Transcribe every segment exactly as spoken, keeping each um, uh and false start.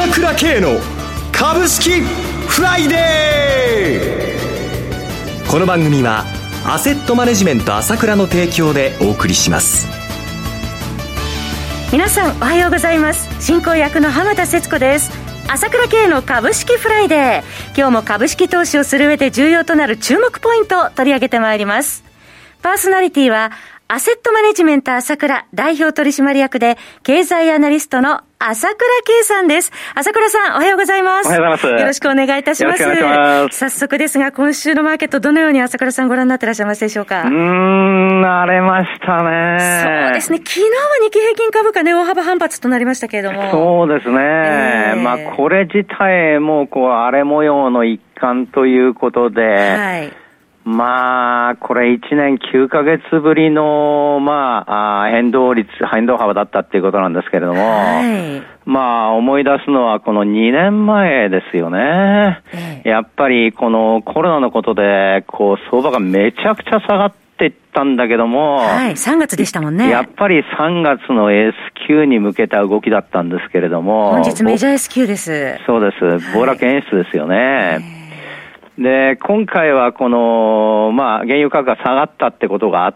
朝倉慶の株式フライデー。この番組はアセットマネジメント朝倉の提供でお送りします。 皆さんおはようございます。進行役の浜田節子です。朝倉慶の株式フライデー、今日も株式投資をする上で重要となる注目ポイントを取り上げてまいります。パーソナリティはアセットマネジメント朝倉代表取締役で経済アナリストの朝倉慶さんです。朝倉さんおはようございます。 おはようございます。 よろしくお願いいたします。 よろしくお願いします。 早速ですが、今週のマーケットどのように朝倉さんご覧になってらっしゃいますでしょうか。 うーん、荒れましたね。 そうですね。昨日は日経平均株価ね、大幅反発となりましたけれども。 そうですね。えー、まあこれ自体もこう荒れ模様の一環ということで、はい。まあ、これいちねんきゅうかげつぶりの、まあ、あ変動率、変動幅だったっていうことなんですけれども、はい、まあ、思い出すのはこのにねんまえですよね。ええ、やっぱりこのコロナのことで、こう、相場がめちゃくちゃ下がっていったんだけども、 はい、さんがつでしたもんね。 やっぱりさんがつの エスキュー に向けた動きだったんですけれども、 本日メジャー エスキュー です。 そうです。暴落演出ですよね。えーで、今回はこの、まあ、原油価格が下がったってことがあって、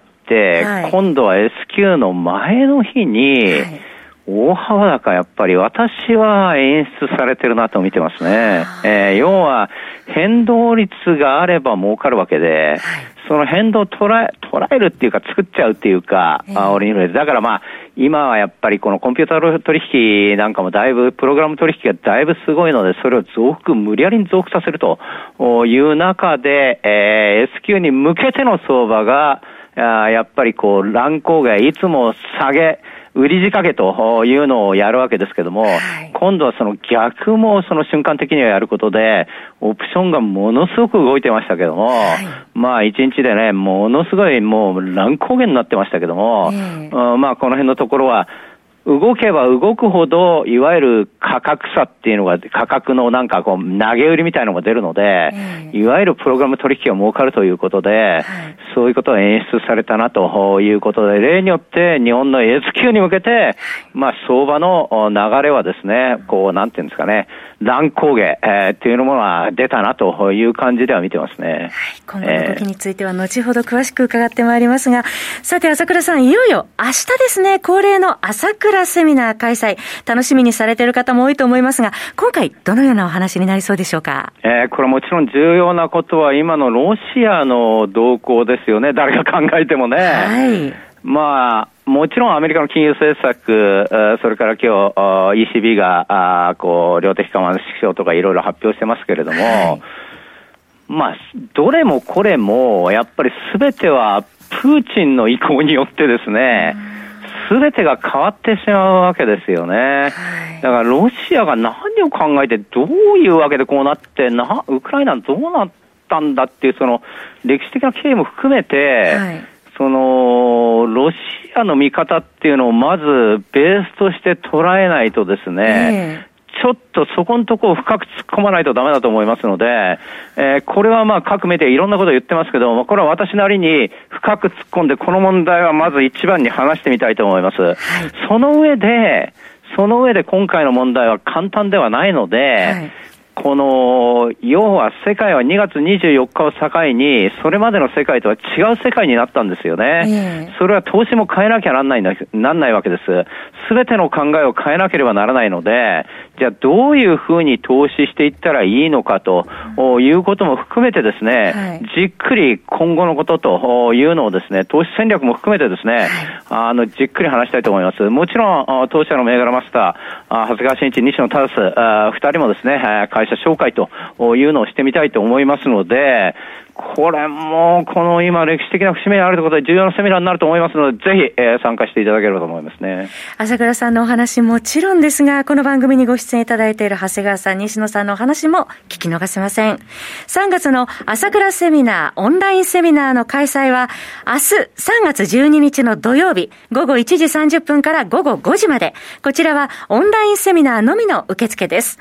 はい、今度は エスキュー の前の日に、大幅高やっぱり私は演出されてるなと見てますね。えー、要は、変動率があれば儲かるわけで、はい、その変動を捉え、捉えるっていうか作っちゃうっていうか、えー、あ俺にだからまあ、今はやっぱりこのコンピューター取引なんかもだいぶ、プログラム取引がだいぶすごいので、それを増幅、無理やりに増幅させるという中で、えー、エスキュー に向けての相場が、やっぱりこう、乱高下、いつも下げ、売り仕掛けというのをやるわけですけども、はい、今度はその逆もその瞬間的にはやることで、オプションがものすごく動いてましたけども、はい、まあ一日でね、ものすごいもう乱高下になってましたけども、うん、まあこの辺のところは、動けば動くほど、いわゆる価格差っていうのが、価格のなんかこう、投げ売りみたいなのが出るので、うん、いわゆるプログラム取引が儲かるということで、はい、そういうことが演出されたなということで、例によって日本の エスキュー に向けて、まあ相場の流れはですね、こう、なんていうんですかね、乱高下、えー、っていうものが出たなという感じでは見てますね。はい、 今後の動きについては後ほど詳しく伺ってまいりますが、さて朝倉さん、いよいよ明日ですね、恒例の朝倉セミナー開催、楽しみにされている方も多いと思いますが、今回どのようなお話になりそうでしょうか。 えー、これもちろん重要なことは今のロシアの動向ですよね。誰が考えてもね。はい。まあ、もちろんアメリカの金融政策、それから今日 イーシービー がこう量的緩和の縮小とかいろいろ発表してますけれども、はい、まあどれもこれもやっぱり全てはプーチンの意向によってですね、全てが変わってしまうわけですよね。はい、だからロシアが何を考えてどういうわけでこうなってな、ウクライナどうなったんだっていうその歴史的な経緯も含めて、はい、そのロシアの見方っていうのをまずベースとして捉えないとですね、えー、ちょっとそこのところを深く突っ込まないとダメだと思いますので、えー、これはまあ各メディアいろんなことを言ってますけど、これは私なりに深く突っ込んでこの問題はまず一番に話してみたいと思います。はい、その上で、その上で今回の問題は簡単ではないので、はいこの、要は世界はにがつにじゅうよっかを境に、それまでの世界とは違う世界になったんですよね。えー、それは投資も変えなきゃなんないんだ、なんないわけです。すべての考えを変えなければならないので、じゃあどういうふうに投資していったらいいのかということも含めてですね、はい、じっくり今後のことというのをですね、投資戦略も含めてですね、はい、あの、じっくり話したいと思います。もちろん、当社の銘柄マスター、長谷川慎一、西野忠二、二人もですね、会社紹介というのをしてみたいと思いますので、これもこの今歴史的な節目にあるということで重要なセミナーになると思いますので、ぜひ、えー、参加していただければと思いますね。 朝倉さんのお話もちろんですが、この番組にご出演いただいている長谷川さん、西野さんのお話も聞き逃せません。さんがつの朝倉セミナーオンラインセミナーの開催は明日さんがつじゅうににちの土曜日ごごいちじさんじゅっぷんからごごごじまで、こちらはオンラインセミナーのみの受付です。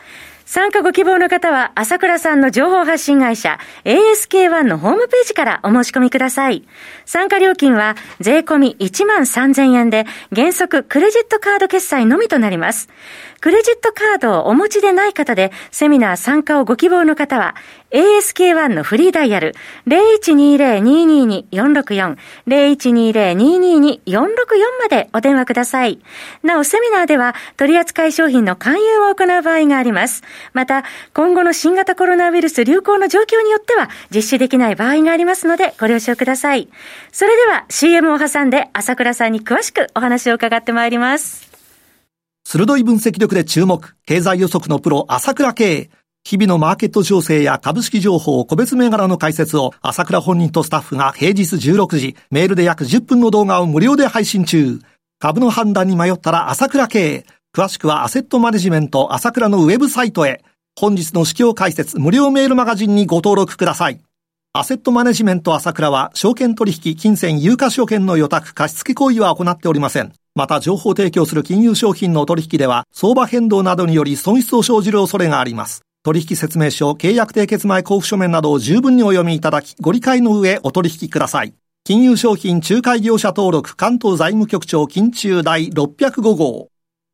参加ご希望の方は、朝倉さんの情報発信会社 エーエスケーワン のホームページからお申し込みください。参加料金は税込みいちまんさんぜんえんで、原則クレジットカード決済のみとなります。クレジットカードをお持ちでない方で、セミナー参加をご希望の方は、エーエスケーワン のフリーダイヤル ゼロいちにゼロ にーにーにー よんろくよん ゼロいちにゼロ にーにーにー よんろくよん までお電話ください。なお、セミナーでは取扱い商品の勧誘を行う場合があります。また、今後の新型コロナウイルス流行の状況によっては実施できない場合がありますのでご了承ください。それでは シーエム を挟んで朝倉さんに詳しくお話を伺ってまいります。 鋭い分析力で注目、経済予測のプロ朝倉慶。日々のマーケット情勢や株式情報、個別銘柄の解説を朝倉本人とスタッフが平日じゅうろくじ、メールで約じゅっぷんの動画を無料で配信中。株の判断に迷ったら朝倉慶。詳しくはアセットマネジメント朝倉のウェブサイトへ。本日の市況解説無料メールマガジンにご登録ください。アセットマネジメント朝倉は証券取引、金銭、有価証券の予託、貸付行為は行っておりません。また情報提供する金融商品の取引では相場変動などにより損失を生じる恐れがあります。取引説明書、契約締結前交付書面などを十分にお読みいただき、ご理解の上お取引ください。金融商品仲介業者登録関東財務局長金中第ろっぴゃくご号。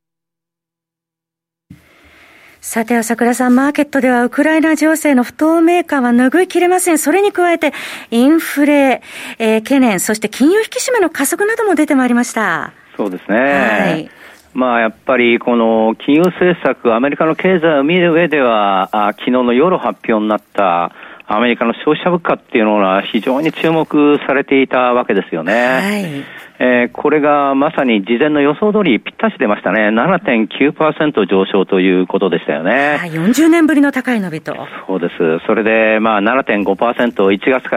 さて朝倉さん、マーケットではウクライナ情勢の不透明感は拭いきれません。それに加えてインフレ、えー、懸念、そして金融引き締めの加速なども出てまいりました。 そうですね、はい。まあ、やっぱりこの金融政策、アメリカの経済を見る上では、あ昨日の夜発表になったアメリカの消費者物価っていうのは非常に注目されていたわけですよね。はい。えー、これがまさに事前の予想通りぴったし出ましたね。ななてんきゅうパーセント 上昇ということでしたよね。 はい、よんじゅうねんぶりの高い伸びと。 そうです。それで、まあ ななてんごパーセント いちがつから、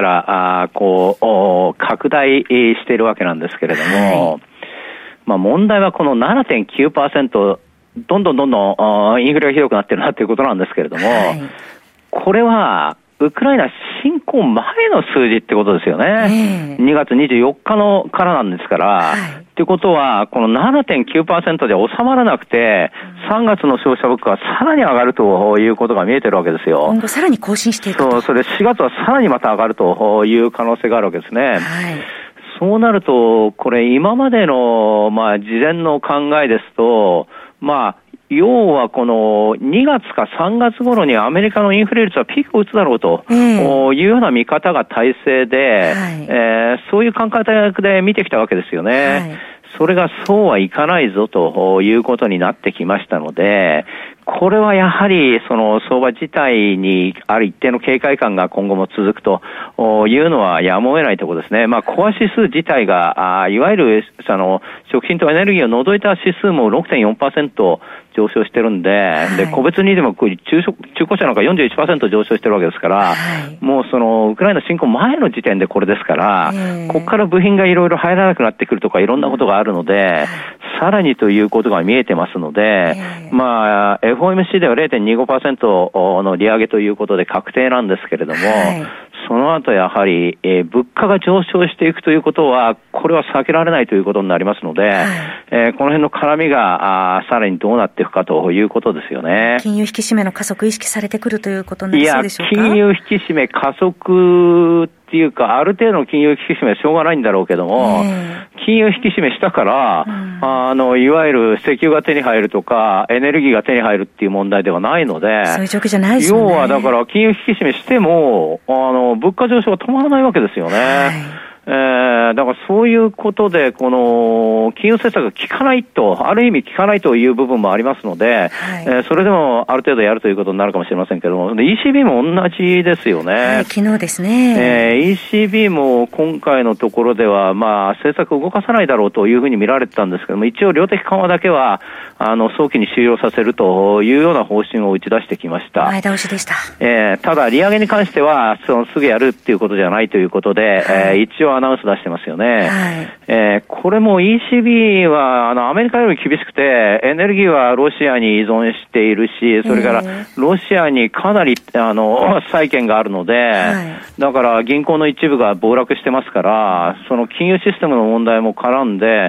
あこう、拡大しているわけなんですけれども、はい、まあ問題はこの ななてんきゅうパーセント、どんどんどんどんインフレがひどくなってるなということなんですけれども、はい、これは、ウクライナ侵攻前の数字ってことですよね。えー、にがつにじゅうよっかのからなんですから、はい、ってことは、この ななてんきゅうパーセント で収まらなくて、さんがつの消費者物価はさらに上がるということが見えてるわけですよ。 今後さらに更新していくと。 そう、それしがつはさらにまた上がるという可能性があるわけですね。はい、そうなると、これ今までの、まあ、事前の考えですと、まあ、要はこのにがつかさんがつ頃にアメリカのインフレ率はピークを打つだろうというような見方が大勢で、はい、えー、そういう考え方で見てきたわけですよね。はい、それがそうはいかないぞということになってきましたので、これはやはりその相場自体にある一定の警戒感が今後も続くというのはやむを得ないところですね。まあコア指数自体があいわゆるその食品とエネルギーを除いた指数も ろくてんよんパーセント 上昇してるんで、はい、で個別にでも中小中古車なんか よんじゅういちパーセント 上昇してるわけですから、はい、もうそのウクライナ侵攻前の時点でこれですから、ここから部品がいろいろ入らなくなってくるとかいろんなことがあるので、はい、さらにということが見えてますので、まあ エフオーエムシー では れいてんにごパーセント の利上げということで確定なんですけれども、はい、その後やはり、えー、物価が上昇していくということはこれは避けられないということになりますので、はい、えー、この辺の絡みがあさらにどうなっていくかということですよね。 金融引き締めの加速意識されてくるということになりそうでしょうか。 いや、金融引き締め加速っていうか、ある程度の金融引き締めはしょうがないんだろうけども、金融引き締めしたから、うん、あのいわゆる石油が手に入るとかエネルギーが手に入るっていう問題ではないので、 そういう状況じゃないですよね。 要はだから金融引き締めしてもあの物価上昇が止まらないわけですよね。はい、えー、だからそういうことでこの金融政策が効かないと、ある意味効かないという部分もありますので、はい、えー、それでもある程度やるということになるかもしれませんけども、 イーシービー も同じですよね。はい、 昨日ですね、 えー、イーシービー も今回のところではまあ政策を動かさないだろうというふうに見られてたんですけども、一応量的緩和だけはあの早期に終了させるというような方針を打ち出してきました。 前倒しでした。 えー、ただ利上げに関してはそのすぐやるっていうことじゃないということで、はい、えー、一応アナウンス出してますよね。はい、えー、これも イーシービー はあのアメリカより厳しくて、エネルギーはロシアに依存しているし、それからロシアにかなりあの債権があるので、はい、だから銀行の一部が暴落してますから、その金融システムの問題も絡んで、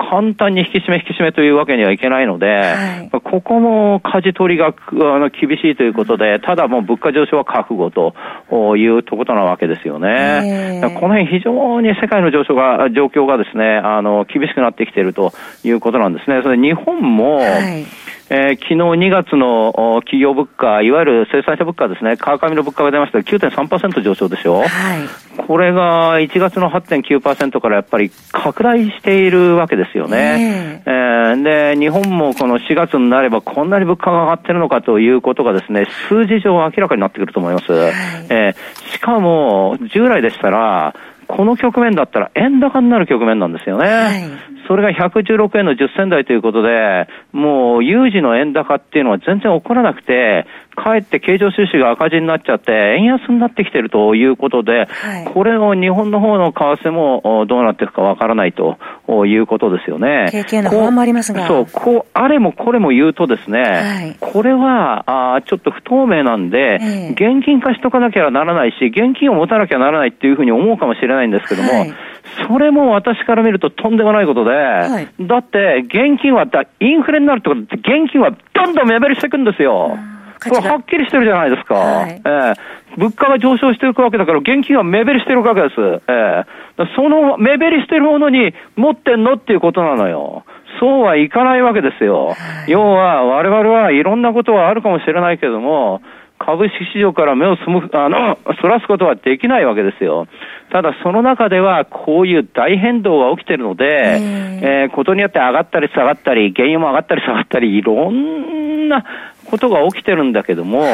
簡単に引き締め引き締めというわけにはいけないので、はい、ここも舵取りがあの厳しいということで、ただもう物価上昇は覚悟というところなわけですよね。この辺非常に世界の上昇が、状況がですね、あの、厳しくなってきているということなんですね。それ日本も、はい、えー、昨日にがつの企業物価、いわゆる生産者物価ですね、川上の物価が出ましたが きゅうてんさんパーセント 上昇でしょ、はい、これがいちがつの はちてんきゅうパーセント からやっぱり拡大しているわけですよね、えー、で日本もこのしがつになればこんなに物価が上がってるのかということがですね、数字上明らかになってくると思います、はい、えー、しかも従来でしたらこの局面だったら円高になる局面なんですよね、はい、それがひゃくじゅうろくえんのじゅっせん台ということで、もう有事の円高っていうのは全然起こらなくて、かえって経常収支が赤字になっちゃって円安になってきているということで、はい、これを日本の方の為替もどうなっていくかわからないということですよね。 経験の不安もありますが、 そう、こうあれもこれも言うとですね、はい、これはあちょっと不透明なんで、えー、現金化しとかなきゃならないし、現金を持たなきゃならないっていうふうに思うかもしれないんですけども、はい、それも私から見るととんでもないことで、はい、だって現金はだインフレになるってことで現金はどんどん目減りしていくんですよ。これはっきりしてるじゃないですか、はい、えー、物価が上昇していくわけだから現金は目減りしてるわけです、えー、その目減りしてるものに持ってんのっていうことなのよ。そうはいかないわけですよ、はい、要は我々はいろんなことはあるかもしれないけども株式市場から目をそむあのそらすことはできないわけですよ。ただその中ではこういう大変動が起きているので、えー、ことによって上がったり下がったり原油も上がったり下がったりいろんなことが起きてるんだけども、はい、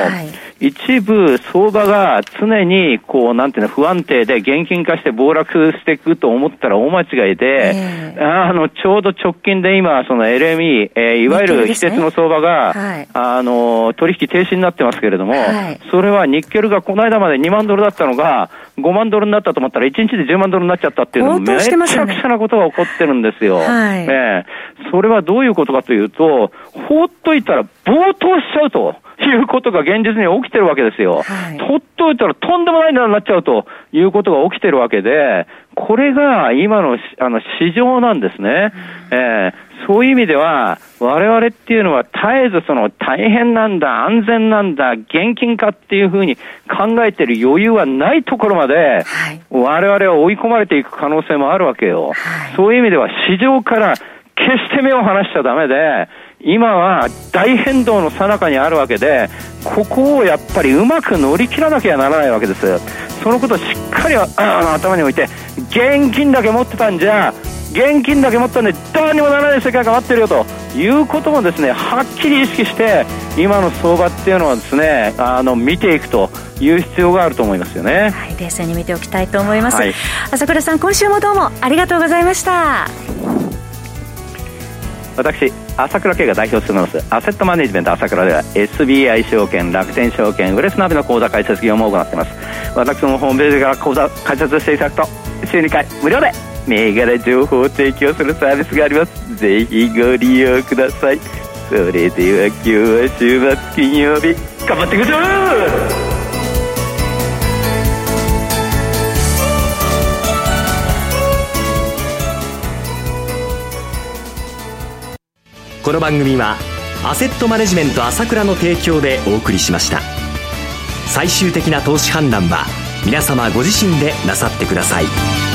一部相場が常にこうなんていうの不安定で現金化して暴落していくと思ったら大間違いで、えー、あのちょうど直近で今その エルエムイー、えー、いわゆる非鉄の相場が、はい、あの取引停止になってますけれども、はい、それはニッケルがこの間までにまんドルだったのがごまんドルになったと思ったらいちにちでじゅうまんドルになっちゃったっていうのもめちゃくちゃなことが起こってるんですよ、はいね、それはどういうことかというと放っといたら暴騰しちゃうということが現実に起きてるわけですよ、はい、ほっといたらとんでもない値段になっちゃうということが起きてるわけで、これが今のあの市場なんですね、うん、えー、そういう意味では我々っていうのは絶えずその大変なんだ安全なんだ現金化っていうふうに考えてる余裕はないところまで、はい、我々は追い込まれていく可能性もあるわけよ、はい、そういう意味では市場から決して目を離しちゃダメで、今は大変動の最中にあるわけで、ここをやっぱりうまく乗り切らなきゃならないわけです。そのことをしっかりあの頭に置いて、現金だけ持ってたんじゃ現金だけ持ったんでどうにもならない世界が待ってるよということもですね、はっきり意識して今の相場っていうのはですね、あの見ていくという必要があると思いますよね、 はい、冷静に見ておきたいと思います、はい、朝倉さん今週もどうもありがとうございました。 私朝倉慶が代表するますアセットマネジメント朝倉では エスビーアイ 証券、楽天証券、ウレスナビの口座開設業務を行っています。私のホームページから口座開設していただくと週にかい無料で銘柄情報を提供するサービスがあります。ぜひご利用ください。それでは今日は週末金曜日頑張っていくぞ。 この番組はアセットマネジメント朝倉の提供でお送りしました。最終的な投資判断は皆様ご自身でなさってください。